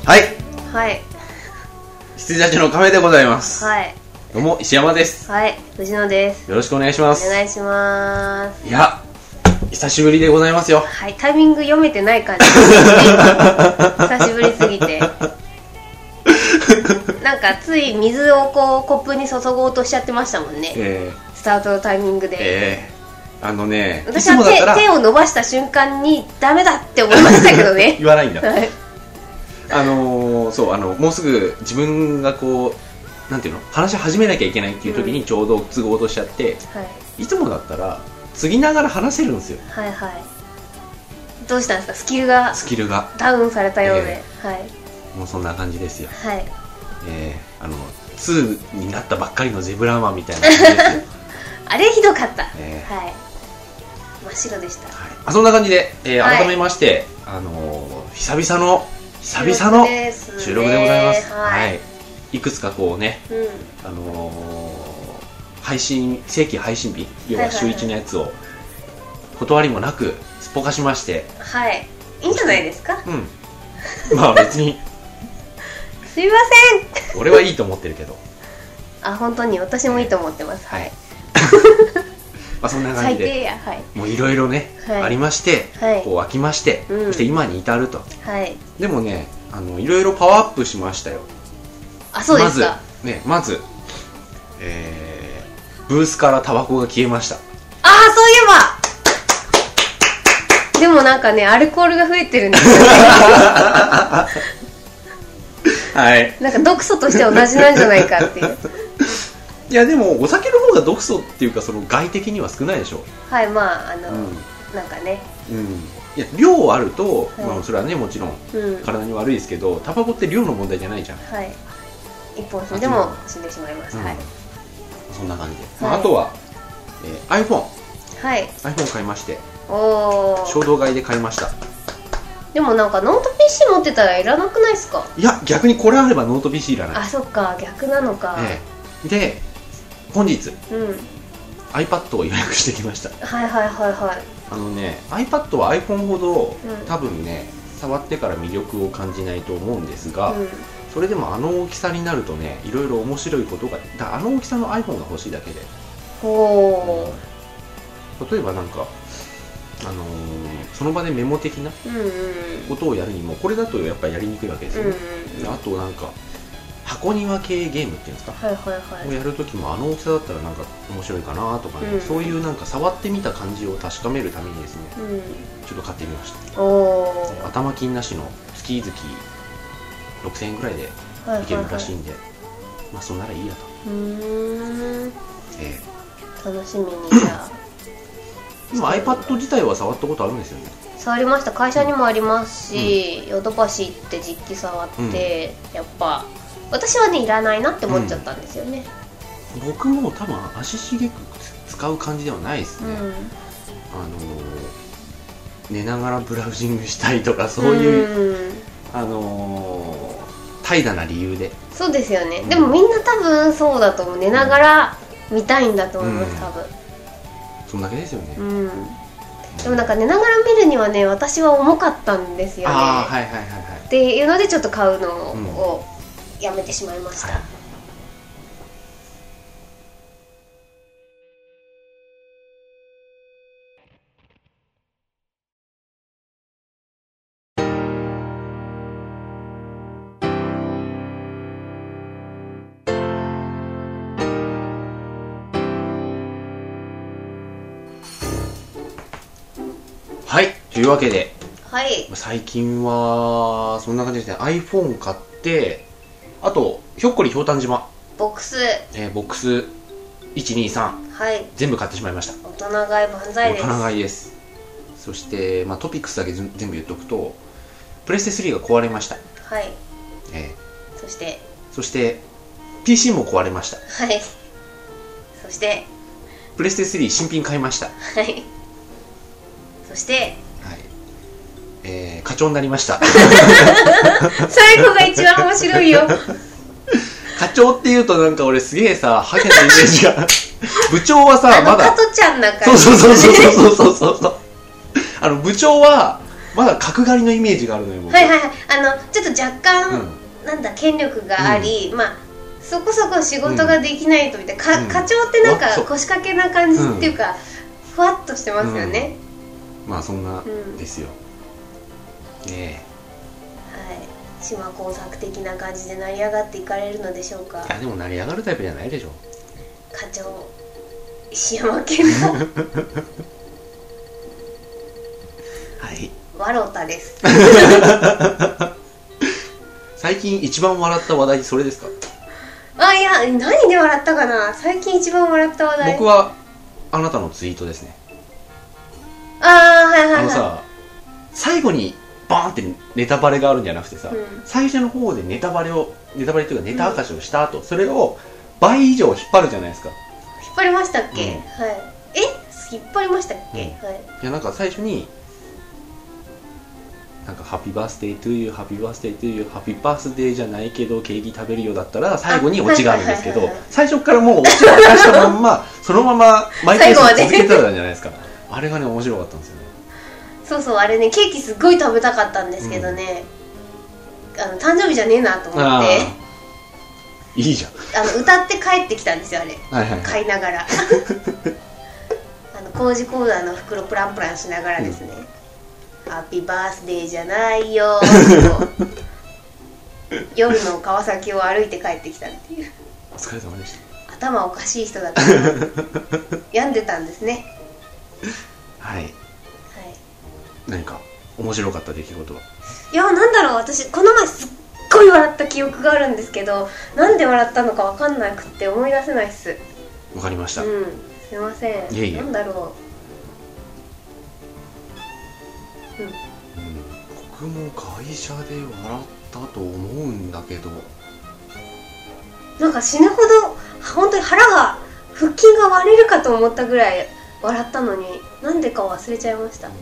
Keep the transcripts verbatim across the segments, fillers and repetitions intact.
はいはい。 羊たちのカフェでございます。 はい。 どうも石山です。 はい、藤野です。 よろしくお願いします。 お願いします。 いや、久しぶりでございますよ。 はい、タイミング読めてない感じですね。久しぶりすぎて。なんかつい水をこうコップに注ごうとしちゃってましたもんね。 えー、 スタートのタイミングで。 えー、あのね、 私は 手, 手を伸ばした瞬間にダメだって思いましたけどね。 言わないんだ。 はい、 あのー、そうあのもうすぐ自分がこうなんていうの話し始めなきゃいけないっていう時にちょうど都合としちゃって、うんはい、いつもだったら継ぎながら話せるんですよ。はいはい。 どうしたんですか、スキルがスキルがダウンされたようで、えー、はい。 もうそんな感じですよ。 はい。 えー、あのツーになったばっかりのゼブラマンみたいな感じですよ。 あれひどかった。 えー、 はい。真っ白でした。 はい、あそんな感じで、えー、改めまして、はい、あのー、久々の久々の収録でございます。はい。はい、いくつかこうね、うん、あのー、配信正規配信日、要は週いちのやつを断りもなくすっぽかしまして、 はい。いいんじゃないですか。 うん。まあ別にすいません。 俺はいいと思ってるけど。 あ、本当に私もいいと思ってます。 はい。まあそんな感じで、 最低や、はい、もういろいろね、はい、ありまして、はい、こう飽きまして、うん、そして今に至ると、はい、でもね、あのいろいろパワーアップしましたよ。 あ、そうですか。 まずね、まず、えー、ブースからタバコが消えました。 ああ、そういえば。でもなんかね、アルコールが増えてるんですよね。はい。なんか毒素として同じなんじゃないかっていう。 いやでもお酒の方が毒素っていうかその害的には少ないでしょ。 はい、まああの、うん、なんかね、 うん、いや量あると、はい、まあ、それはねもちろん体に悪いですけど、タバコって量の問題じゃないじゃん。はい。 一本吸でも死んでしまいます。うん、はい。 そんな感じで、はい、まあ、あとは、えー、iPhone。はい。iPhone 買いまして。 おお。 衝動買いで買いました。 でもなんかノート ピーシー 持ってたらいらなくないですか。 いや逆にこれあればノート ピーシー いらない。 あ、そっか、逆なのか。 ええ、で本日、うん、iPad を予約してきました。 はいはいはいはい。 あのね iPad は iPhone ほど、うん、多分ね触ってから魅力を感じないと思うんですが、うん、それでもあの大きさになるとねいろいろ面白いことがだあの大きさの iPhone が欲しいだけで。ほう、うん、例えばなんかあのー、その場でメモ的なことをやるにもこれだとやっぱりやりにくいわけですよね。うんうん、あとなんか箱庭系ゲームっていうんですか、はいはいはい、をやるときもあの大きさだったらなんか面白いかなとかね、うん、そういうなんか触ってみた感じを確かめるためにですね、うん、ちょっと買ってみました。お頭金なしの月々ろくせんえんぐらいでいけるらしいんで、はいはいはい、まあそんならいいやと。うーん、えー、楽しみにじゃあ今 iPad 自体は触ったことあるんですよね。 触りました。会社にもありますし、ヨドバシって実機触って、うん、やっぱ私はねいらないなって思っちゃったんですよね。 うん、僕も多分足しげく使う感じではないですね。うん、あのー、寝ながらブラウジングしたいとかそういう、うん、あのー、怠惰な理由で。 そうですよね。うん、でもみんな多分そうだと思う。寝ながら見たいんだと思います、うん、多分。 そんだけですよね。うん。 でもなんか寝ながら見るにはね私は重かったんですよね。 ああ、はいはいはいはい。 っていうのでちょっと買うのをやめてしまいました。うん、 はい、というわけで、 はい、 最近はそんな感じですね。 iPhone 買って、あとひょっこりひょうたん島ボックス、 えー、ボックスいちにさん、はい、全部買ってしまいました。 大人買い万歳です。 大人買いです。そして、まあ、トピックスだけ全部言っとくとプレステスリーが壊れました。はい、えー、 そしてそして ピーシー も壊れました。 はい、そしてプレステスリー新品買いました。 はい、そして、はい、 えー、課長になりました。 最後が一番面白いよ。 課長っていうとなんか俺すげえさハゲなイメージが。部長はさまだ加トちゃんな感じ。 そうそうそうそうそうそうそう。あの部長はまだ角刈りのイメージがあるのよ僕。 はいはいはい、あのちょっと若干、 うん、 なんだ権力があり、うん、まあそこそこ仕事ができないとみたいな、うん、課長ってなんか腰掛けな感じっていうか、うん、ふわっとしてますよね、 うん、まあそんなですよ、うん、ねえ、はい、島工作的な感じで成り上がっていかれるのでしょうか。 いやでも成り上がるタイプじゃないでしょ課長石山健のはいわろたです最近一番笑った話題それですか？ あ、いや、何で笑ったかな。最近一番笑った話題、 僕はあなたのツイートですね。 ああ、はいはいはい。 あのさ、最後にバーンってネタバレがあるんじゃなくてさ、うん、最初の方でネタバレをネタバレというかネタ明かしをした後、うん、それを倍以上引っ張るじゃないですか。 引っ張りましたっけ、うん、はい。え、引っ張りましたっけ、うん、はい。 いや、なんか最初になんかハッピーバースデートゥーユー、ハッピーバースデートゥーユー、ハッピーバースデーじゃないけどケーキ食べるよだったら最後にオチがあるんですけど、最初からもうオチを明かしたまんまそのまま毎回続けてたじゃないですか。あれがね面白かったんですよね。 そうそう、あれね、ケーキすっごい食べたかったんですけどね、うん、あの誕生日じゃねえなと思っていいじゃん、 あの歌って帰ってきたんですよあれ、 はいはいはい、 買いながらあの工事コーナーの袋プランプランしながらですね、うん、ハッピーバースデーじゃないよ夜の川崎を歩いて帰ってきたっていう。 お疲れ様でした。 頭おかしい人だった病んでたんですね。 はい、はい、何か面白かった出来事は？ いや、なんだろう、私この前すっごい笑った記憶があるんですけど、なんで笑ったのか分かんなくって思い出せないっす。 わかりました。 うん、すいません。 いえいえ、 なんだろう、うん、うん、 僕も会社で笑ったと思うんだけど、 なんか死ぬほど本当に腹が腹筋が割れるかと思ったぐらい笑ったのに、なんでか忘れちゃいました。うん、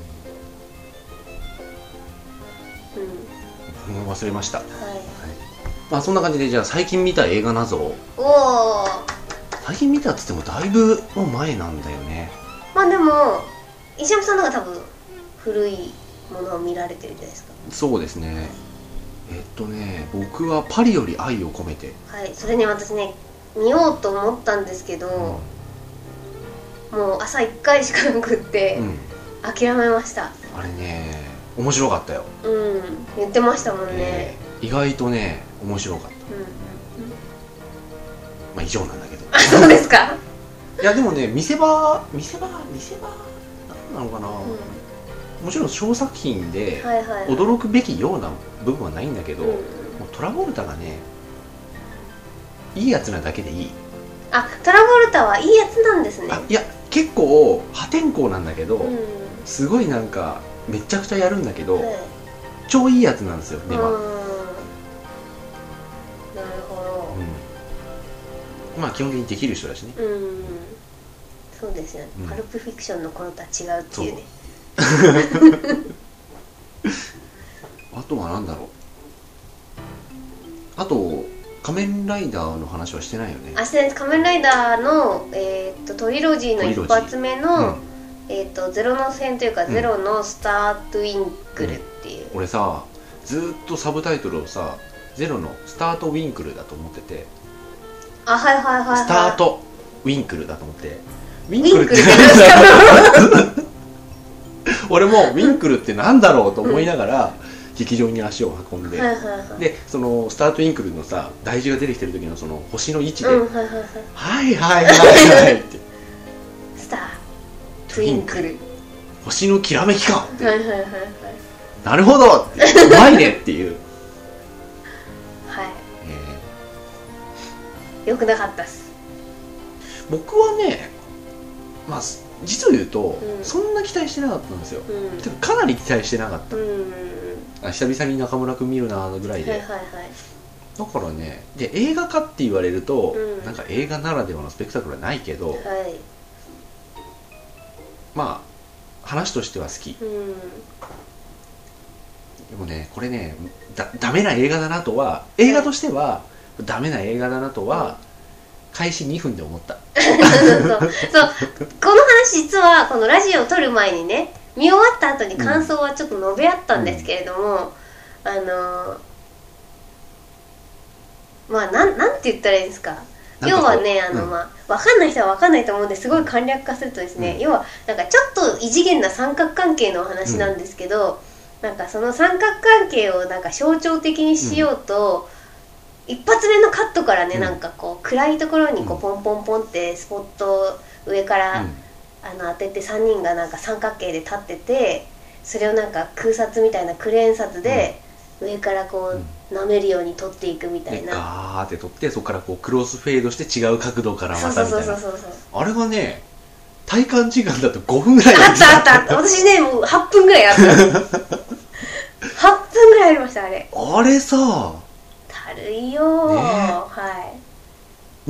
僕も忘れました。はい、はい、 まあそんな感じで、じゃあ最近見た映画なぞ。 おお、 最近見たっつってもだいぶもう前なんだよね。 まあでも石山さんの方が多分古いものを見られてるじゃないですか。 そうですね。えっとね、僕はパリより愛を込めて。 はい、それね、私ね見ようと思ったんですけど、うん、もう朝いっかいしかなくって、うん、諦めました。 あれね面白かったよ。 うん、言ってましたもんね、 えー、意外とね面白かった。うんうんうん、まあ以上なんだけど。 あ、そうですか。 いやでもね、見せ場見せ場見せ場なんなのかな、うん、もちろん小作品で驚くべきような部分はないんだけど、はいはい、もうトラボルタがねいいやつなだけでいい。 あ、トラボルタはいいやつなんですね。 あ、いや結構破天荒なんだけど、うん、すごいなんかめちゃくちゃやるんだけど、はい、超いいやつなんですよね。なるほど、うん、まあ基本的にできる人だしね。うん、 そうですよね、うん、パルプフィクションの頃とは違うっていうね。 あとはなんだろう、あと仮面ライダーの話はしてないよね。 あ、してないです。仮面ライダーの、えー、とトリロジーの一発目の、うん、えー、とゼロの線というか、うん、ゼロのスタートウィンクルっていう、 うん、俺さずっとサブタイトルをさゼロのスタートウィンクルだと思ってて、 あ、はいはいはい、はい、 スタートウィンクルだと思って、ウィンクルって何ですか俺もウィンクルってなんだろうと思いながら、うん、劇場に足を運んで、はいはいはい、でそのスタートウィンクルのさ大事が出てきてる時のその星の位置で、うん、はいはいはいはいはいはいってスタートウィンクル星のきらめきかって、 はいはいはいはい、 なるほどってうまいねっていうはい、えー、よくなかったっす。 僕はね、まあ実を言うと、うん、そんな期待してなかったんですよ、うん、てかかなり期待してなかった、うん、あ、久々に中村君見るなぐらいで、はいはいはい、だからね、で映画化って言われると、うん、なんか映画ならではのスペクタクルはないけど、はい、まあ話としては好き、うん、でもねこれねだダメな映画だなとは、映画としてはダメな映画だなとは、うん、開始にふんで思った。そうそうそう、この話実はこのラジオを撮る前にね、 見終わった後に感想はちょっと述べ合ったんですけれども、うん、あのまあなんなんて言ったらいいですか。要はね、あの、うん、まあ分かんない人は分かんないと思うんで、すごい簡略化するとですね、うん、要はなんかちょっと異次元な三角関係のお話なんですけど、うん、なんかその三角関係をなんか象徴的にしようと、うん、一発目のカットからね、うん、なんかこう暗いところにこうポンポンポンってスポットを上から、うん、あの当ててさんにんがなんか三角形で立ってて、それをなんか空撮みたいなクレーン撮で上からこう舐めるように撮っていくみたいな、 ガーって撮って、そこからこうクロスフェードして違う角度からまたみたいな。あれがね、体感時間だとごふんぐらいあったあったあった。私ね、もうはっぷんぐらいあったはっぷんぐらいありました。あれあれさ、 たるいよー、ね、はい、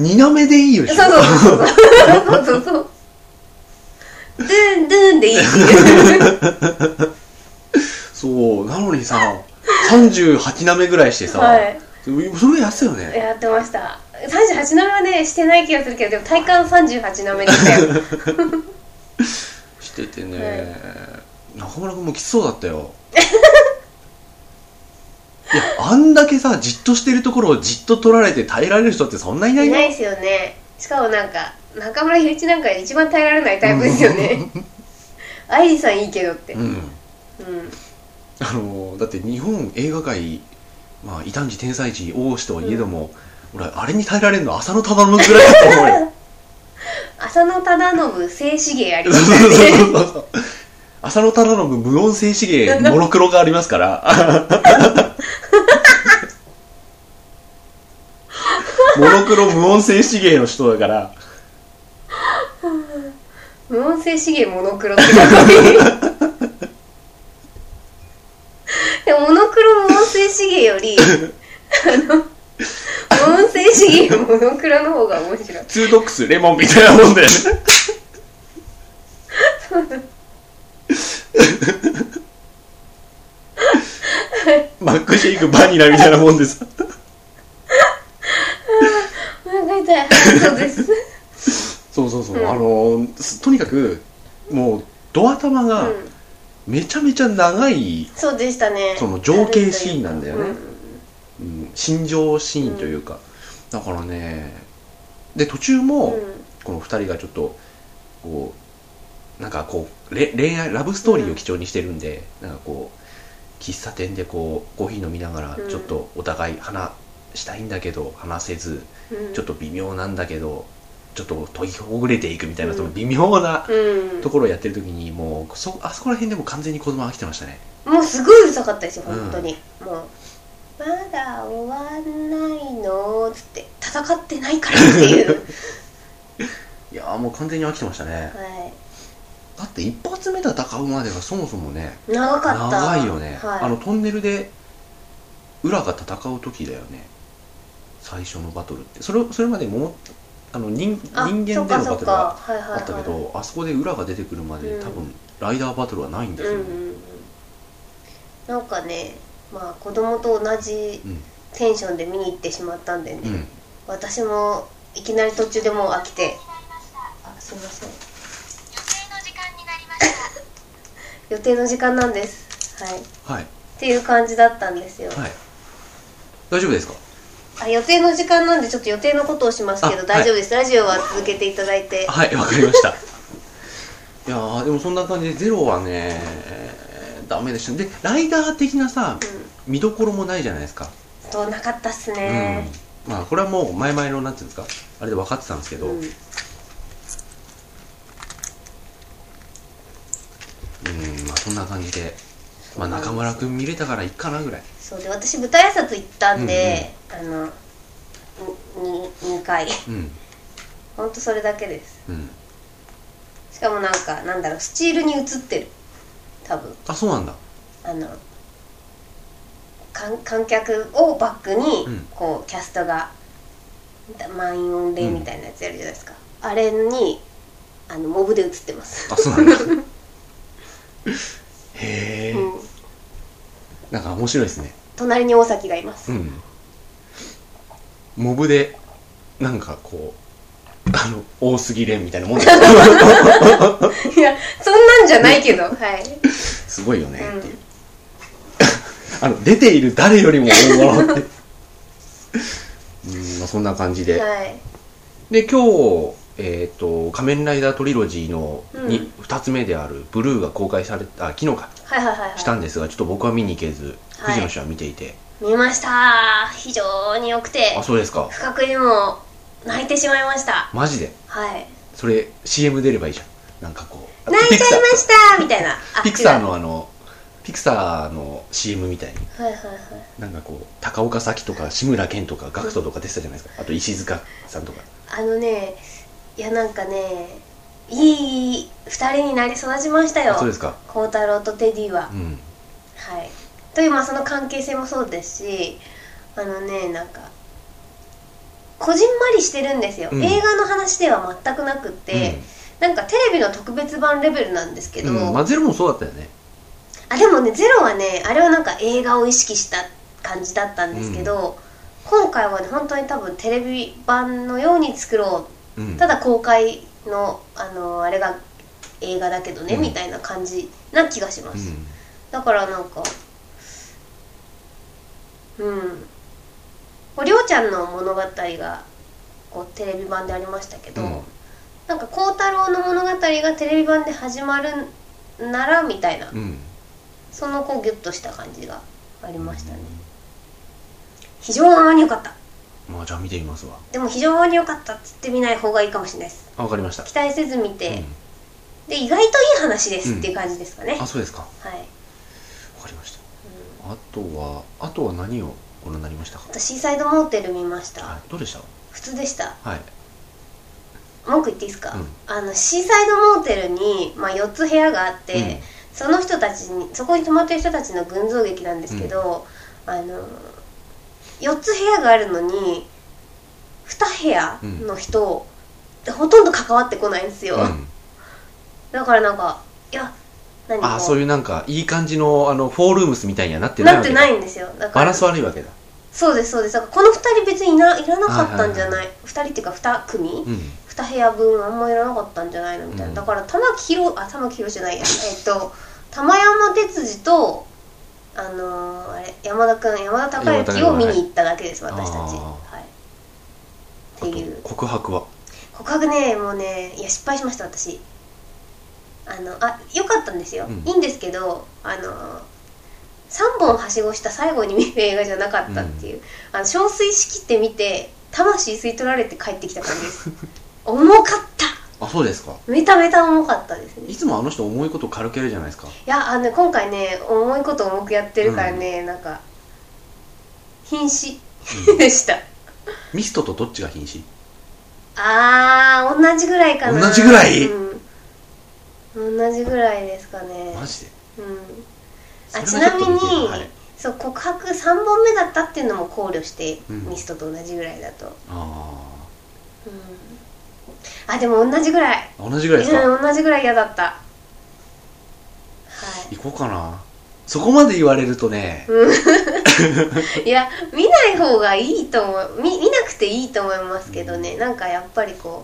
になめでいいよ。 そうそうそうそうそうそうドゥンドゥンでいいっていうそうなのにさ、さんじゅうはちなめぐらいしてさ、はい、それやってたよね。 やってました。さんじゅうはちなめはねしてない気がするけど、でも体感さんじゅうはちなめでしたよしててね、はい、中村君もきつそうだったよいや、あんだけさじっとしてるところをじっと撮られて耐えられる人ってそんないないよ。 いないですよね。しかもなんか中村祐一なんか一番耐えられないタイプですよね愛理さんいいけどって、うん、うん、 あのだって日本映画界、まあ異端児天才児大師とはいえども、うん、俺あれに耐えられるの浅野忠信ぐらいだと思うよ浅野忠信静止芸ありますよねそうそうそう浅野忠信無音静止芸モノクロがありますからモノクロ無音静止芸の人だから無音静止芸モノクロってかっこいいでもモノクロ無音静止芸よりあの無音静止芸モノクロの方が面白い。 ツードックスレモンみたいなもんだよねマックシェイクバニラみたいなもんでさお腹痛い。そうですそうそうそう、うん、あのとにかくもうドア玉がめちゃめちゃ長い、 うん、そうでしたね。 その情景シーンなんだよね、うんうん、心情シーンというか、うん、だからね、で途中もこのふたりがちょっとこうなんかこう恋愛ラブストーリーを基調にしてるんで、うん、なんかこう喫茶店でこうコーヒー飲みながらちょっとお互い話したいんだけど話せず、うん、ちょっと微妙なんだけどちょっと解きほぐれていくみたいな、うん、その微妙なところをやってる時にもう そ, あそこら辺でも完全に子供飽きてましたね。もうすごいうるさかったですよ本当に、うん、もうまだ終わんないのつって戦ってないからっていういやもう完全に飽きてましたね、はい、だって一発目戦うまでがそもそもね長かった。 長いよね、はい、あのトンネルで裏が戦う時だよね最初のバトルって。それそれまでもあの 人, 人間でのバトルがあったけど、あそこで裏が出てくるまで、うん、多分ライダーバトルはないんですよね、うんうんうん、 なんかね、まあ子供と同じテンションで見に行ってしまったんでね、うん、私もいきなり途中でもう飽きて、あ、すいません予定の時間なんですはい、はい、っていう感じだったんですよ、はい、 大丈夫ですか。 あ、予定の時間なんでちょっと予定のことをしますけど大丈夫です、はい、ラジオは続けていただいて。 はい、わかりましたいやーでもそんな感じでゼロはねダメでした。でライダー的なさ、うん、見どころもないじゃないですか。 そうなかったっすね、 うん、まあこれはもう前々のなんていうんですかあれで分かってたんですけど、うん、うんまあそんな感じで、まあ、中村くん見れたからいいかなぐらい。 そうで私舞台挨拶行ったんで、うんうん、あのににかい、うん、ほんとそれだけです、うん、しかもなんかなんだろうスチールに映ってる多分。 あ、そうなんだ。 あの観, 観客をバックに、うん、こうキャストが満員御礼みたいなやつやるじゃないですか、うん、あれにあのモブで映ってます。 あ、そうなんだへえ、うん、なんか面白いですね。 隣に大崎がいます、 うん、モブでなんかこうあの大杉蓮みたいなもんですよいやそんなんじゃないけど、はい、 すごいよねっていう、うん、あの出ている誰よりも大物ってうん、まあ、そんな感じで、 はい、 で今日えー、と仮面ライダートリロジーの 2,、うん、ふたつめであるブルーが公開された昨日か、 はいはいはいはい、 したんですが、ちょっと僕は見に行けず、はい、藤野氏は見ていて、 見ました。非常に良くて、 あ、そうですか。 不覚にも泣いてしまいました。 マジで？ はい。 それ シーエム 出ればいいじゃん。なんかこう泣いちゃいましたみたいな。 ピクサーのあのピクサーの シーエム みたいに、 はいはいはい、 なんかこう高岡早紀とか志村けんとかガクトとか出てたじゃないですか、うん、あと石塚さんとか。 あのね、いやなんかね、いいふたりになり育ちましたよ。 そうですか。 孝太郎とテディは、 うん、 はい。という、まあその関係性もそうですし、あのね、なんかこじんまりしてるんですよ、うん、映画の話では全くなくって、うん、なんかテレビの特別版レベルなんですけど、うん、 まあゼロもそうだったよね。 あ、でもね、ゼロはね、あれはなんか映画を意識した感じだったんですけど、うん、今回はね、本当に多分テレビ版のように作ろう、うん、ただ公開の、あのー、あれが映画だけどね、うん、みたいな感じな気がします、うん、だからなんかうんおりょうちゃんの物語がこうテレビ版でありましたけど、うん、なんか孝太郎の物語がテレビ版で始まるならみたいな、うん、そのこうギュッとした感じがありましたね、うん、非常に良かった。 まあじゃあ見てみますわ。 でも非常に良かったっつって見ない方がいいかもしれないです。 あ、わかりました。 期待せず見て、うん、で意外といい話ですっていう感じですかね、 うん、あ、そうですか。 はい、わかりました、うん、あとはあとは何をご覧になりましたか？ シーサイドモーテル見ました、 はい、どうでした？ 普通でした。 はい、 文句言っていいですか、 うん、 あのシーサイドモーテルに、まあ、よっつ部屋があって、うん、その人たちにそこに泊まってる人たちの群像劇なんですけど、うん、あのよっつ部屋があるのにに部屋の人、うん、ほとんど関わってこないんですよ、うん、だからなんかいや何あそういうなんかいい感じのあのフォールームスみたいにはなってないわけだ。 なってないんですよ。だからバランス悪いわけだ。 そうですそうです。だからこのふたり別にい ら, いらなかったんじゃない、はいはいはい、ふたりっていうかに組、うん、に部屋分あんまいらなかったんじゃないのみたいな、うん、だから玉木宏あ玉木宏じゃないやえっと玉山哲司とあのー、あれ山田君山田孝之を見に行っただけです、はい、私たち、はい、っていう。 告白は告白ね、もうね、いや失敗しました私。あのあ良かったんですよ、うん、いいんですけど、あのさんぼんはしごした最後に見る映画じゃなかったっていう、うん、あの憔悴しきって見て魂吸い取られて帰ってきた感じです重かった。 あ、そうですか。 めためた重かったですね。 いつもあの人重いこと軽くやるじゃないですか。いや、あの、ね、今回ね重いこと重くやってるからね、うん、なんか瀕死、うん、でした。 ミストとどっちが瀕死？ あー、同じぐらいかな。 同じぐらい、 うん、同じぐらいですかね。 マジで？ うん。あ、ちなみに、はい、そう告白さんぼんめだったっていうのも考慮して、うん、ミストと同じぐらいだと。あー、うん、あ、でも同じぐらい。 同じぐらいですか？ うん、同じぐらい嫌だった。はい。 行こうかな。そこまで言われるとね。 いや、見ない方がいいと思う。見、見なくていいと思いますけどね、うん、なんかやっぱりこ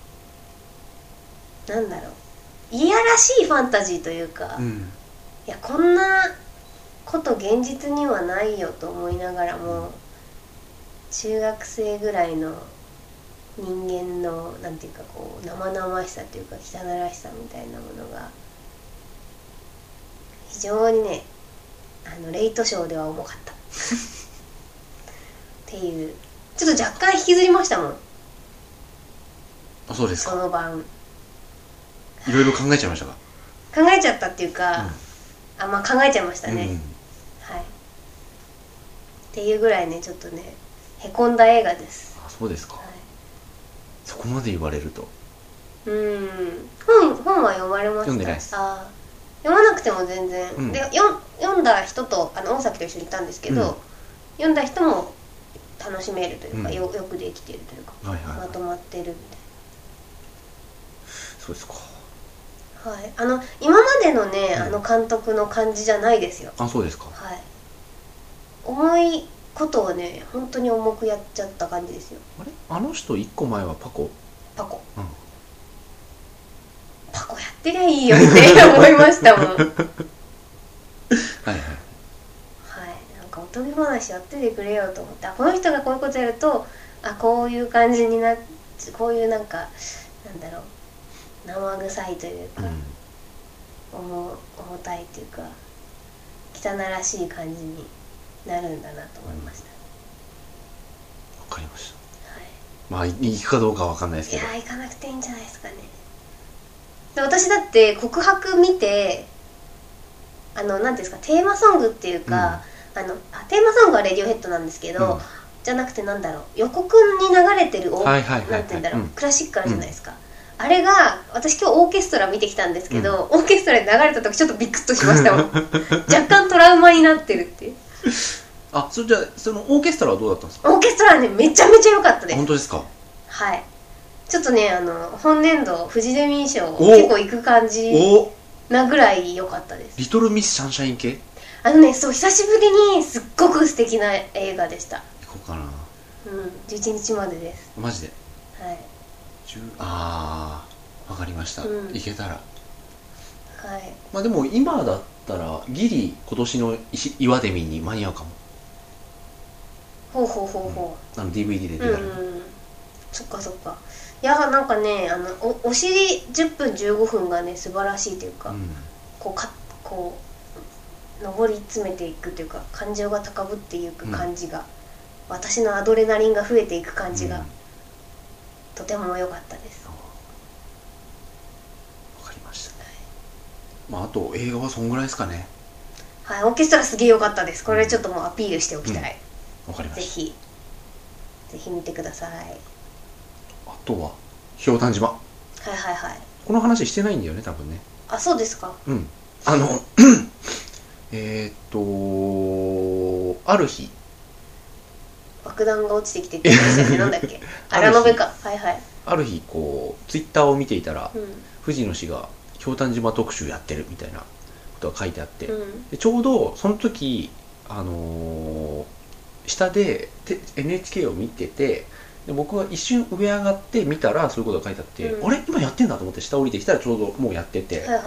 うなんだろう、いやらしいファンタジーというか、うん、いやこんなこと現実にはないよと思いながらも、中学生ぐらいの人間のなんていうかこう生々しさというか汚らしさみたいなものが非常にね、あのレイトショーでは重かったっていう、ちょっと若干引きずりましたもん。 あ、そうですか。 その晩いろいろ考えちゃいましたか？ 考えちゃったっていうか、うん、あ、まあ考えちゃいましたね、うん、はい。っていうぐらいね、ちょっとねへこんだ映画です。 あ、そうですか、はい、そこまで言われると。 うーん、本, 本は読まれました？ 読んでないです。 あ、読まなくても全然、うん、で読んだ人とあの大崎と一緒にいたんですけど、うん、読んだ人も楽しめるというか、うん、よ, よくできているというか、はいはいはい、まとまってるみたいな。 そうですか。 はい、あの今までのね、うん、あの監督の感じじゃないですよ。 あ、そうですか。 はい、重いことをね本当に重くやっちゃった感じですよ。 あれ、あの人いっこまえはパコパコ、 うん、 パコやってりゃいいよって思いましたもんはいはい、なんかおとぎ話やっててくれよと思って、あこの人がこういうことやるとあこういう感じになっこういうなんかなんだろう生臭いというか、うん、重, 重たいというか汚らしい感じになるんだなと思いました。 わかりました。 はい。 まあ行くかどうかわかんないですけど。 いや行かなくていいんじゃないですかね。で私だって告白見てあのなんていうんですかテーマソングっていうか、うん、あのあテーマソングはレディオヘッドなんですけど、うん、じゃなくてなんだろう予告に流れてるお、はいはいはいはい、なんていうんだろう、うん、クラシックあるじゃないですか。うん、あれが私今日オーケストラ見てきたんですけど、うん、オーケストラで流れた時ちょっとビクッとしましたもん若干トラウマになってるっていう。 あ、それじゃあそのオーケストラはどうだったんですか？ オーケストラはねめちゃめちゃ良かったです。 本当ですか？ はい。ちょっとねあの本年度フジデミー賞結構行く感じなぐらい良かったです。 リトルミスサンシャイン系？あのねそう久しぶりにすっごく素敵な映画でした。 行こうかな。うんじゅういちにちまでです。 マジで？ はい。 ああわかりました、うん、行けたら。はい。まあでも今だったらギリ今年の岩デミに間に合うかも。 ほうほうほうほう、うん、あの ディーブイディー で出たら、 うんうん、そっかそっか。いやなんかねあの お, お尻じゅっぷんじゅうごふんがね素晴らしいというか、うん、こうかこう上り詰めていくというか感情が高ぶっていく感じが、うん、私のアドレナリンが増えていく感じが、うん、とても良かったです。 わかりました、はい。まああと映画はそんぐらいですかね。 はい、オーケストラすげえ良かったです。これちょっともうアピールしておきたい。 うん、わかりました。 ぜひぜひ見てください。 あとはひょうたん島。 はいはいはい。 この話してないんだよね多分ね。 あ、そうですか。 うん。あのえっとある日爆弾が落ちてきてって言いましたよね。なんだっけ。荒野辺か。はいはい。 ある日こうツイッターを見ていたら、うん、藤野氏がひょうたん島特集やってるみたいなことが書いてあって、うん、でちょうどその時あのー、下で エヌエイチケー を見てて。で僕は一瞬上上がって見たらそういうことが書いてあって、うん、あれ今やってんだと思って下降りてきたらちょうどもうやってて、 はいはい、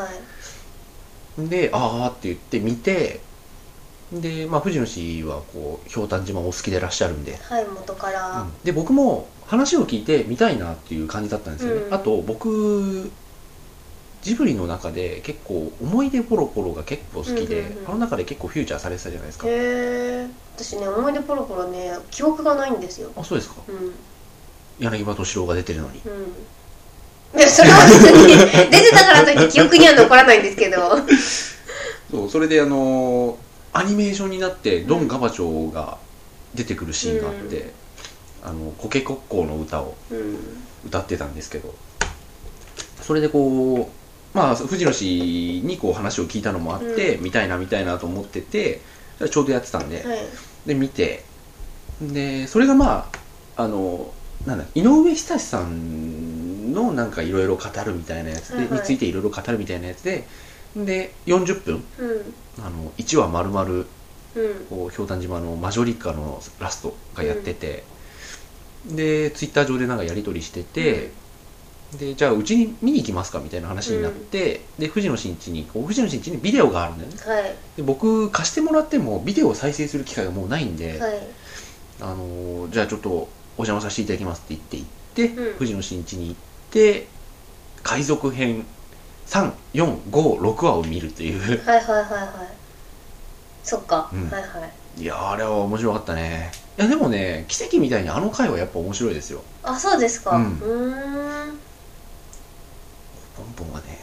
でああって言って見てで、まあ、藤野氏はこうひょうたん島お好きでいらっしゃるんで、 はい、元から、 うん、で僕も話を聞いて見たいなっていう感じだったんですよね、うん、あと僕ジブリの中で結構思い出ポロポロが結構好きで、うんうんうん、あの中で結構フューチャーされてたじゃないですか。 へえ。私ね思い出ポロポロね記憶がないんですよ。 あ、そうですか。 うん、 柳葉敏郎が出てるのに、 うん、いやそれは別に出てたからといって記憶には残らないんですけどそうそれであのー、アニメーションになってドン・ガバチョウが出てくるシーンがあって、うん、あのコケコッコーの歌を歌ってたんですけど、それでこうまあ藤野氏にこう話を聞いたのもあって、うん、見たいな見たいなと思っててちょうどやってたんで、はい、で見てでそれがまああのなんだ井上久志さんのなんかいろいろ語るみたいなやつで、はいはい、についていろいろ語るみたいなやつででよんじゅっぷん、うん、あのいちわ丸々、うん、こうひょうたん島のマジョリカのラストがやってて、うん、でツイッター上でなんかやり取りしてて、うん、でじゃあうちに見に行きますかみたいな話になって、うん、で藤野新地にこう藤野新地にビデオがあるんだよね、 はい、 で僕貸してもらってもビデオを再生する機会がもうないんで、 はい、 あのじゃあちょっとお邪魔させていただきますって言って行って、うん、藤野新地に行って海賊編さん、よん、ご、ろくわを見るというはいはいはいはいそっか、 うん、 はいはいいやあれは面白かったね。いやでもね奇跡みたいにあの回はやっぱ面白いですよ。 あ、そうですか。うん、うーんおポンポンはね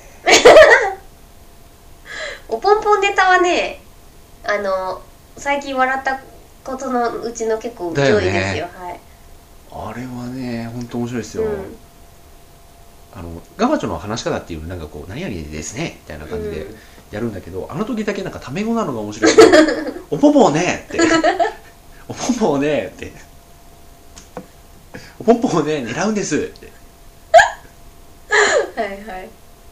おポンポンネタはねあの最近笑ったことのうちの結構上位ですよ、はい、 あれはね本当面白いですよ、うん、あのガバチョの話し方っていうなんかこう何々ですねみたいな感じでやるんだけど、うん、あの時だけなんかタメ語なのが面白いおポンポンねっておポンポンねっておポンポンね狙うんですってはいはい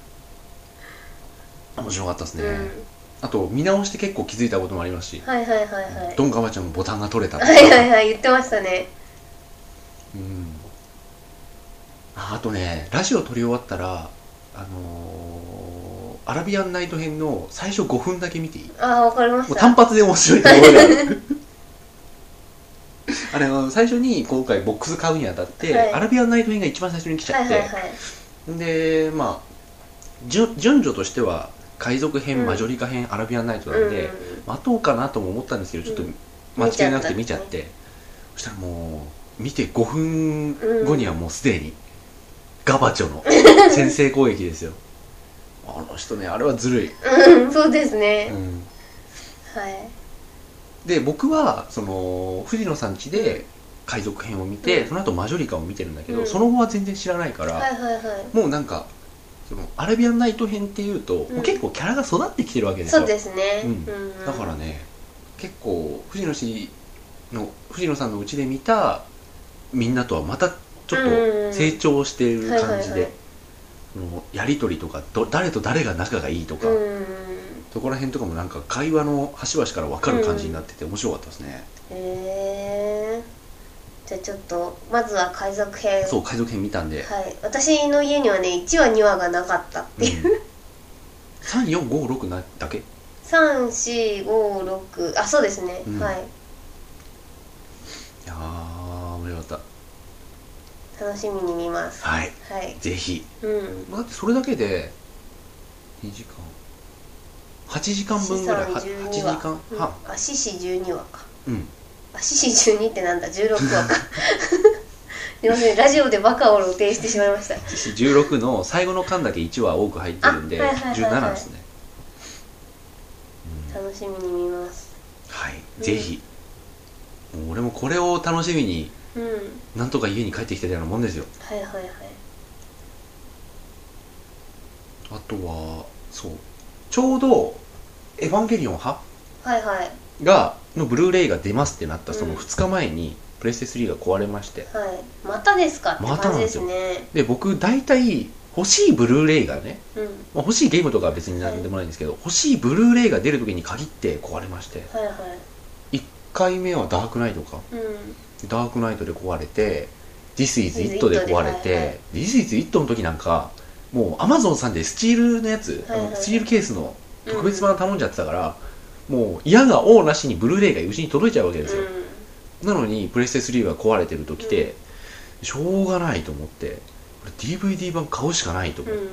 面白かったですね、うん、あと見直して結構気づいたこともありますし、 はいはいはいはい、 ドンガバチョのボタンが取れたとか、はいはいはい言ってましたね。 うん、 あ, あとねラジオ撮り終わったらあのー、アラビアンナイト編の最初ごふんだけ見ていい？ ああ、わかりました。 もう単発で面白いところがあるあれ最初に今回ボックス買うにあたって、はい、アラビアンナイト編が一番最初に来ちゃって、はいはいはい、でまあ順序としては海賊編、うん、マジョリカ編、アラビアンナイトなんで、うん、待とうかなとも思ったんですけど、ちょっと間違いなくて見ちゃって、うん、そしたらもう見てごふんごにはもうすでにガバチョの先制攻撃ですよあの人ね、あれはずるい、 うん、そうですね、うん、はい。 で僕はその藤野さん家で海賊編を見て、うん、その後マジョリカを見てるんだけど、うん、その後は全然知らないから、 はいはいはい、 もうなんかそのアラビアンナイト編っていうと、うん、もう結構キャラが育ってきてるわけですよ。 そうですね、 うんうんうん、だからね結構藤野氏の藤野さんの家で見たみんなとはまたちょっと成長している感じで、やり取りとかど誰と誰が仲がいいとか、うんうん、そこら辺とかもなんか会話の端々から分かる感じになってて面白かったですね、 うん、へえ。じゃあちょっとまずは海賊編。 そう海賊編見たんで、 はい、私の家にはねいちわにわがなかったっていう、うん、 さんよんごろくなだけさんしごろくあそうですね、うん、はい。いやー面白かった。 楽しみに見ます。 はい、はい、ぜひ、うん、だってそれだけでにじかんはちじかんぶんぐらいはちじかんはん、うん、 あ獅子じゅうにわか、 うん、 あ獅子じゅうにってなんだじゅうろくわかすいませんラジオでバカを露呈してしまいました。 獅子じゅうろくの最後の巻だけいちわ多く入ってるんで、はいはいはいはい、じゅうななですね、 うん、楽しみに見ます。 はい、うん、ぜひもう俺もこれを楽しみに、うん、なんとか家に帰ってきたようなもんですよ。 はいはいはい。 あとはそうちょうどエヴァンゲリオン派、 はいはい、 がのブルーレイが出ますってなったそのふつかまえにプレステスリーが壊れまして、 はい、またですかって感じですね。またなんですよ。 で僕大体欲しいブルーレイがね、うんまあ、欲しいゲームとかは別に何でもないんですけど、はい、欲しいブルーレイが出る時に限って壊れまして、 はいはい、 いっかいめはダークナイトか、うん、ダークナイトで壊れて This is It で壊れて、はいはい、This is It の時なんかもう Amazon さんでスチールのやつ、はいはい、スチールケースの特別版頼んじゃってたから、うん、もう嫌が応なしにブルーレイがうちに届いちゃうわけですよ、うん、なのにプレステスリーが壊れてるときて、うん、しょうがないと思ってこれ ディーブイディー 版買うしかないと思って、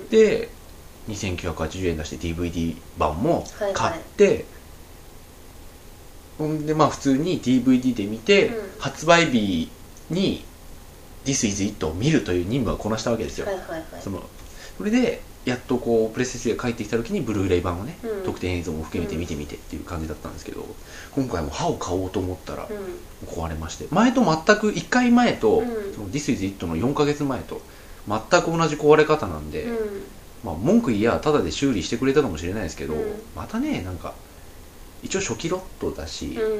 うん、にせんきゅうひゃくはちじゅうえん出して ディーブイディー 版も買って、ほんでまあ普通に ディーブイディー で見て、うん、発売日に This is It を見るという任務はこなしたわけですよ、はいはいはい、そのそれでやっとこうプレステスリーが帰ってきた時にブルーレイ版をね、うん、特典映像も含めて見てみてっていう感じだったんですけど、今回も歯を買おうと思ったら壊れまして、前と全くいっかいまえと、うん、その This is It のよんかげつまえと全く同じ壊れ方なんで、うん、まあ文句言いやただで修理してくれたかもしれないですけど、うん、またねなんか一応初期ロットだし、うん、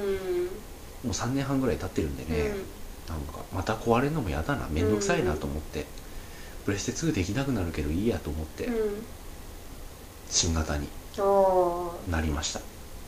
もうさんねんはんぐらい経ってるんでね、うん、なんかまた壊れるのも嫌だな、めんどくさいなと思って、うん、プレステツーできなくなるけどいいやと思って、うん、新型になりました。い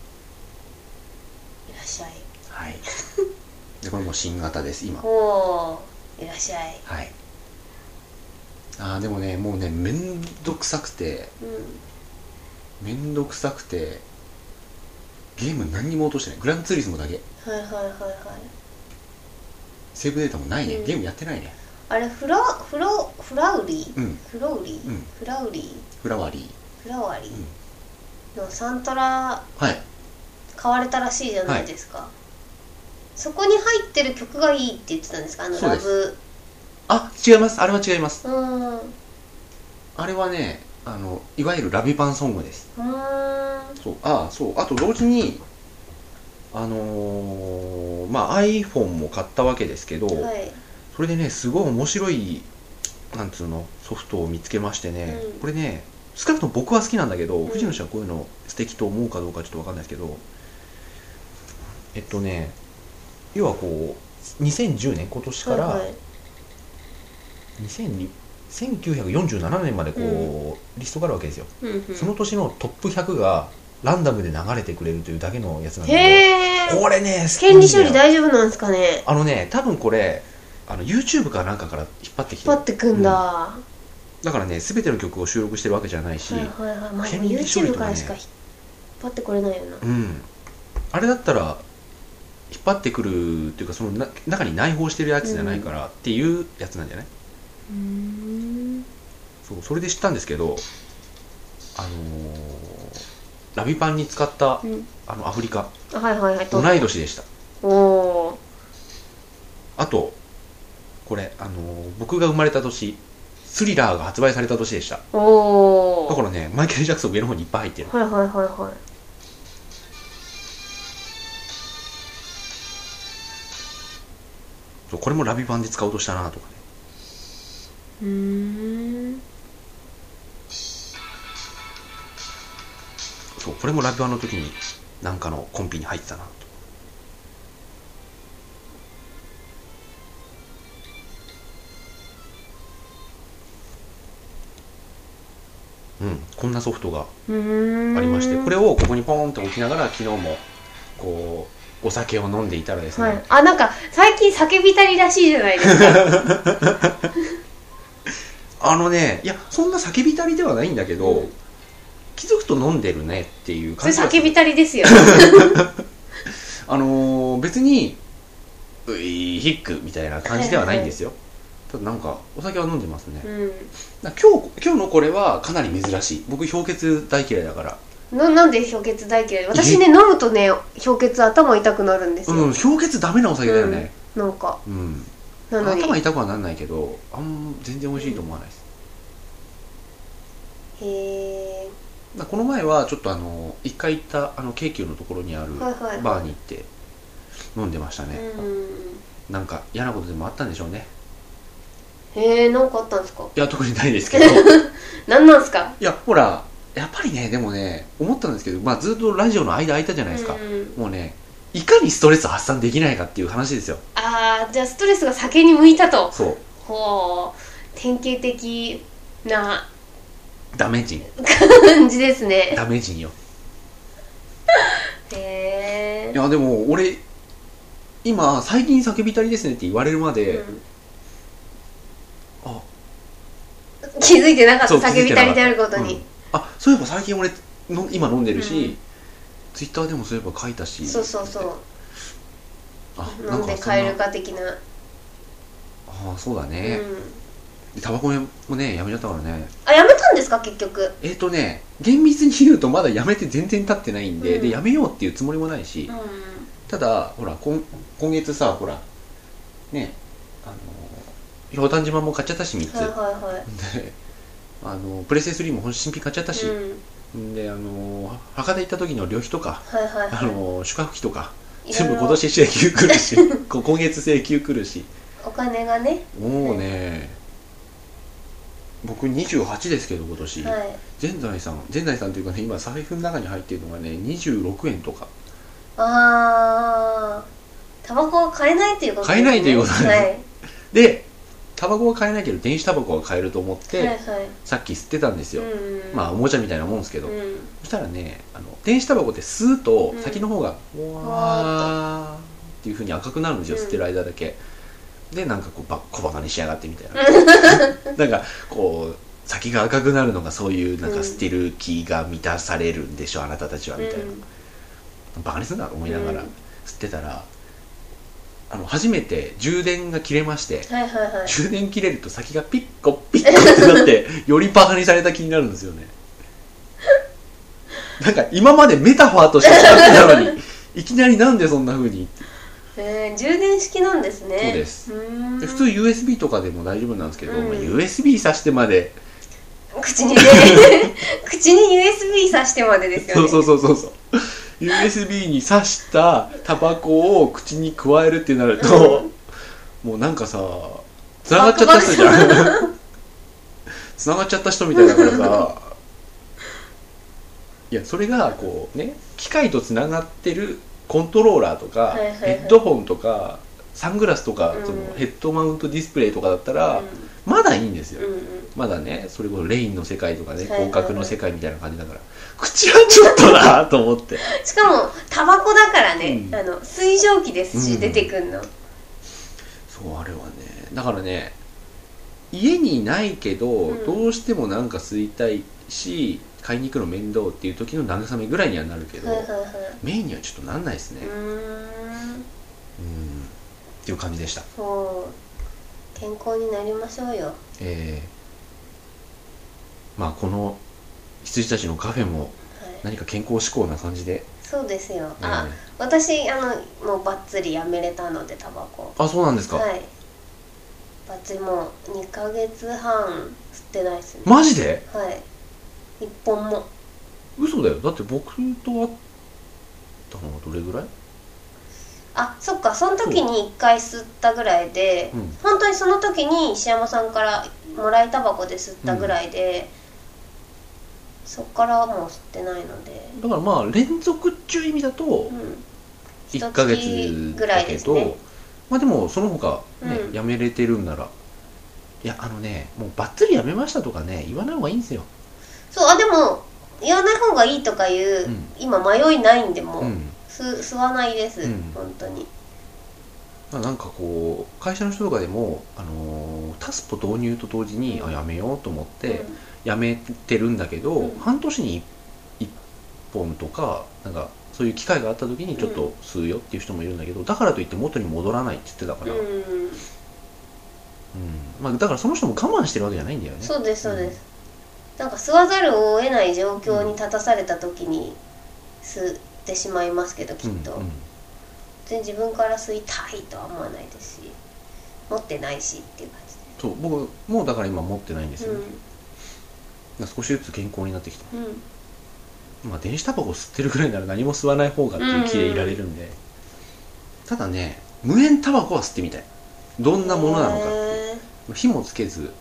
らっしゃい。 はいでこれも新型です今。 おーいらっしゃい。 はい。あーでもねもうねめんどくさくて、うん、めんどくさくてゲーム何にも落としてない。グランツーリスモだけ。 はいはいはいはい。 セーブデータもないね、うん、ゲームやってないね。 あれフラフラフラウリー、うん、フロウリー、 うん、 フラウリーフラワリーフラワリーのサントラ買われたらしいじゃないですか、はい、そこに入ってる曲がいいって言ってたんですか？あのラブ。 あ、違います。あれは違います。 うん、 あれはねあのいわゆるラビパンソングです。 うん、 そうあそうあと同時にあのー、まあ iPhone も買ったわけですけど、はい、それでねすごい面白いなんつうのソフトを見つけましてね、うん、これね少なくとも僕は好きなんだけど、うん、藤野氏はこういうの素敵と思うかどうかちょっと分かんないですけど、えっとね要はこうにせんじゅうねん今年から、はいはい、せんきゅうひゃくよんじゅうななねんまでこう、うん、リストがあるわけですよ、うんうん、その年のトップひゃくがランダムで流れてくれるというだけのやつなんだけど、これね権利処理大丈夫なんですかね。 あのね多分これあの YouTube かなんかから引っ張ってきて引っ張ってくんだ、 うん、だからね全ての曲を収録してるわけじゃないし、 はいはいはい、まあ、 権利処理 YouTube とかねからしか引っ張ってこれないよな。 うん、あれだったら引っ張ってくるっていうかそのな中に内包してるやつじゃないからっていうやつなんじゃない？ うーん、 そう、それで知ったんですけど、あのー、ラビパンに使った、うん、あのアフリカ、 はいはいはい、 同い年でした。 おー。 あとこれ、あのー、僕が生まれた年、スリラーが発売された年でした。 おー。 だからね、マイケル・ジャクソン上の方にいっぱい入ってる。 はいはいはいはい。 そう、これもラビパンで使おうとしたなとかね。 うーん、 そう、これもラビパンの時になんかのコンピに入ってたなと。うん、こんなソフトがありまして、これをここにポーンと置きながら昨日もこうお酒を飲んでいたらですね、はい、 あ、なんか最近酒浸りらしいじゃないですかあのね、いやそんな酒浸りではないんだけど、うん、気づくと飲んでるねっていう感じ。 それ酒浸りですよあのー、別にウイヒックみたいな感じではないんですよ、はいはい、ただなんかお酒は飲んでますね、うん、今日今日のこれはかなり珍しい。僕氷結大嫌いだから。 な, なんで氷結大嫌い？私ね、飲むとね氷結頭痛くなるんですよ。 うん、氷結ダメなお酒だよね、 うん、なんか、 うん、 なのに頭痛くはなんないけど、あん全然美味しいと思わないです、 うん、へえ。 この前はちょっとあの一回行ったあの京急のところにあるバーに行って飲んでましたね、はいはいはい、うん、なんか嫌なことでもあったんでしょうね。 へえ、なんかあったんですか？ いや特にないですけどなんなんすか？ いやほらやっぱりね、でもね思ったんですけど、まあ、ずっとラジオの間空いたじゃないですか、うん、もうねいかにストレス発散できないかっていう話ですよ。 ああ、じゃあストレスが酒に向いたと。 そう、 ほう、典型的なダメ人感じですね。 ダメ人よへえ。 いやでも俺今最近酒浸りですねって言われるまで、うん、あ気づいてなかった。酒浸りであることに、うん、 あ、そういえば最近俺の今飲んでるし、うん、ツイッターでもそういえば書いたし、 そうそうそう、 あ、 飲んで帰るか的な。 ああ、そうだね、うん、タバコもねやめちゃったからね。 あ、やめたんですか結局？ えっ、ー、とね厳密に言うとまだやめて全然経ってないんで、うん、でやめようっていうつもりもないし、うん、ただほら今今月さ、ほらね、あのひょうたん島も買っちゃったしみっつ、はいはいはい、であのプレステスリーも新品買っちゃったし、うん、であの博多行った時の旅費とか、はいはいはい、あの宿泊費とか全部今年請求来るし今月請求来るし、 お金がね、 もうね、僕にじゅうはちですけど今年、はい、全財産全財産というかね、今財布の中に入っているのがねにじゅうろくえんとか。 あー、タバコは買えないっていうことですね。 買えないということです、はい、でタバコは買えないけど電子タバコは買えると思って、はいはい、さっき吸ってたんですよ、うん、まあおもちゃみたいなもんですけど、うん、そしたらね、あの電子タバコって吸うと先の方がうわーっていう風に赤くなるんですよ、うん、吸ってる間だけで、なんかこうば小バカにしやがってみたいななんかこう先が赤くなるのがそういうなんか吸ってる気が満たされるんでしょ、うん、あなたたちはみたいな、うん、バカにすんなと思いながら吸ってたら、あの初めて充電が切れまして、はいはいはい、充電切れると先がピッコピッコってなってよりバカにされた気になるんですよねなんか今までメタファーとして使ってたのにいきなりなんでそんな風にって。 えー、充電式なんですね。 そうです。で普通 ユーエスビー とかでも大丈夫なんですけど、うん、まあ、ユーエスビー 挿してまで口にね口に ユーエスビー 挿してまでですよね。 そうそうそうそうユーエスビー に挿したタバコを口に加えるってなると、うん、もうなんかさつながっちゃった人じゃんつながっちゃった人みたいだからさいやそれがこうね機械とつながってるコントローラーとか、はいはいはい、ヘッドホンとかサングラスとか、うん、そのヘッドマウントディスプレイとかだったら、うん、まだいいんですよ、うんうん、まだねそれこそレインの世界とかね広角の世界みたいな感じだから、口はちょっとなと思ってしかもタバコだからね、うん、あの水蒸気ですし、うん、出てくんのそそうあれはね、だからね家にないけど、うん、どうしてもなんか吸いたいし買いに行くの面倒っていう時の慰めぐらいにはなるけど、はいはいはい、メインにはちょっとなんないですね。うーん、うんっていう感じでした。 そう健康になりましょうよ。えー、まあこの羊たちのカフェも何か健康志向な感じで、はい、 そうですよ、えー、あ私あのもうバッツリやめれたのでタバコ。 あ、そうなんですか。はい、 バッツリもうにかげつはん吸ってないですね。 マジで？ はい、いっぽんも。 嘘だよ。だって僕と会ったのはどれぐらい？ あ、そっか、その時にいっかい吸ったぐらいで、うん、本当にその時に石山さんからもらいタバコで吸ったぐらいで、うん、そっからはもう吸ってないので。だからまあ連続っていう意味だといっかげつぐらいですね。 まあでもその他ね、うん、やめれてるんなら、いやあのね、もうバッツリやめましたとかね言わない方がいいんですよ。 そう、あでも言わない方がいいとかいう、うん、今迷いないんでもう、うん、す吸わないです、うん、本当に。 まあ、なんかこう会社の人とかでも、あのー、タスポ導入と同時に、うん、あやめようと思ってやめてるんだけど、うん、半年にいっぽんとかなんかそういう機会があった時にちょっと吸うよっていう人もいるんだけど、だからといって元に戻らないって言ってたから、うん、うん、まあ、だからその人も我慢してるわけじゃないんだよね。 そうですそうです、うん、なんか吸わざるを得ない状況に立たされた時に吸ってしまいますけど、きっと、うんうん、全然自分から吸いたいとは思わないですし、持ってないしっていう感じで。 そう僕もうだから今持ってないんですよ、うん、少しずつ健康になってきた、うん、まあ電子タバコ吸ってるぐらいなら何も吸わない方がっていう気でいられるんで、うんうん、ただね無煙タバコは吸ってみたい。どんなものなのかっていう、火もつけず、うん、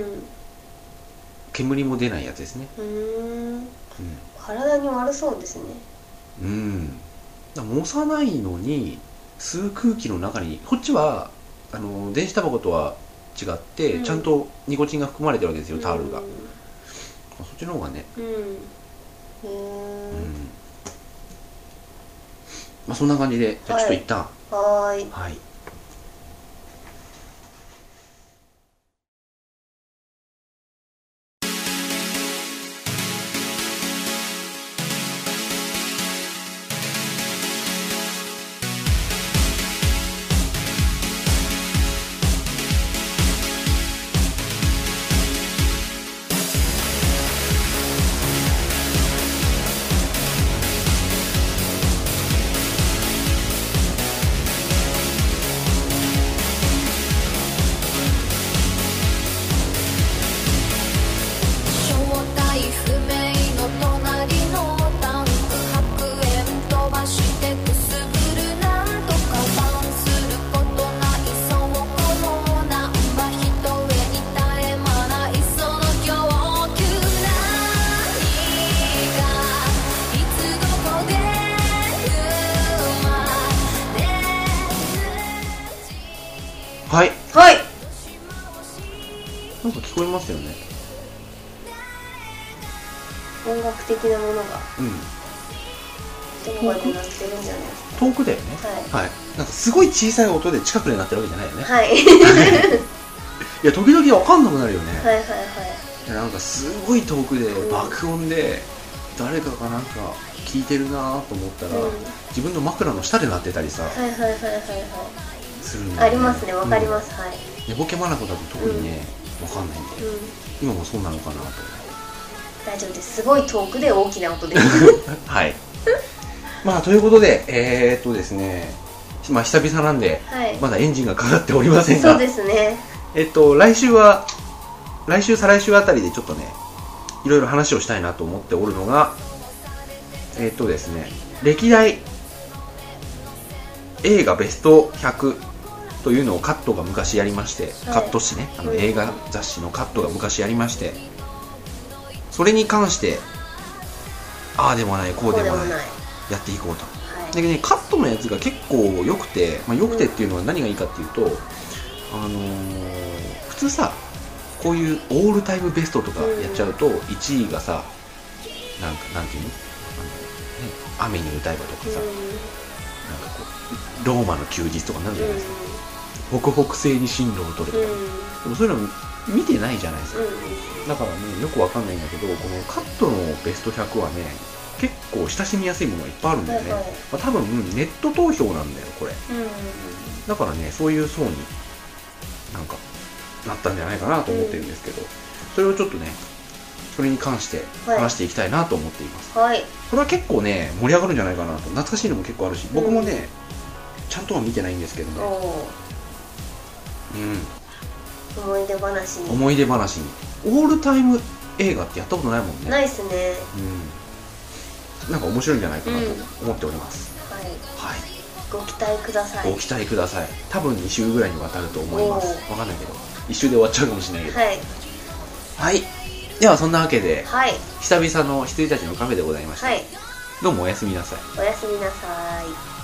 煙も出ないやつですね。うーん、うん、 体に悪そうですね。 うん、だからもさないのに吸う空気の中に、こっちはあの電子タバコとは違って、うん、ちゃんとニコチンが含まれてるわけですよ、タオルが、うん、そっちの方がね、うん、へえ、うん、まあそんな感じで、じゃあちょっと一旦はい、 はい、はいはい、 なんか聞こえますよね、 音楽的なものが、うん、どこかで鳴ってるんじゃないですか。 遠くだよね。はい、はい、なんかすごい小さい音で近くで鳴ってるわけじゃないよね。 はいいや時々分かんなくなるよね。 はいはいはい。 いやなんかすごい遠くで爆音で誰かがなんか聞いてるなと思ったら、うん、自分の枕の下で鳴ってたりさ、はいはいはいはいはいするんだよね。 ありますね、わかります、うん、はい。 寝ぼけまなこだと特にね、うん、わかんないんで、うん、今もそうなのかなと。 大丈夫です。すごい遠くで大きな音ですはいまあということでえー、っとですねまあ久々なんで、はい、まだエンジンがかかっておりませんが、 そうですね、 えっと来週は来週再来週あたりでちょっとねいろいろ話をしたいなと思っておるのが、えっとですね歴代映画ベストひゃくというのをカットが昔やりまして、はい、カット誌ね、あの映画雑誌のカットが昔やりまして、それに関してああでもないこうでもないやっていこうと、はい、でね、カットのやつが結構良くて、まあ、良くてっていうのは何がいいかっていうと、うん、あのー、普通さこういうオールタイムベストとかやっちゃうと、うん、いちいがさなんかなんていうの、あの、ね、雨に歌えばとかさ、うん、なんかこうローマの休日とかなるじゃないですか、 北北西に進路を取るとか、 うん、 でもそういうの見てないじゃないですか、 うん、 だからねよくわかんないんだけど、このカットのベストひゃくはね結構親しみやすいものがいっぱいあるんだよね、はいはい、まあ、多分ネット投票なんだよこれ、うん、だからねそういう層になんかなったんじゃないかなと思ってるんですけど、うん、それをちょっとねそれに関して話していきたいなと思っています、はい、これは結構ね盛り上がるんじゃないかなと。懐かしいのも結構あるし、僕もね、うん、ちゃんとは見てないんですけどね、 うん、思い出話に思い出話にオールタイム映画ってやったことないもんね。 ないっすね、 うん、なんか面白いんじゃないかなと思っております、 うん、はい、 はい、 ご期待ください。 ご期待ください。多分に週ぐらいにわたると思います。わかんないけどいっ週で終わっちゃうかもしれないけど、はい、はい、ではそんなわけで、はい、久々の羊たちのカフェでございました、はい、どうもおやすみなさい。 おやすみなさい。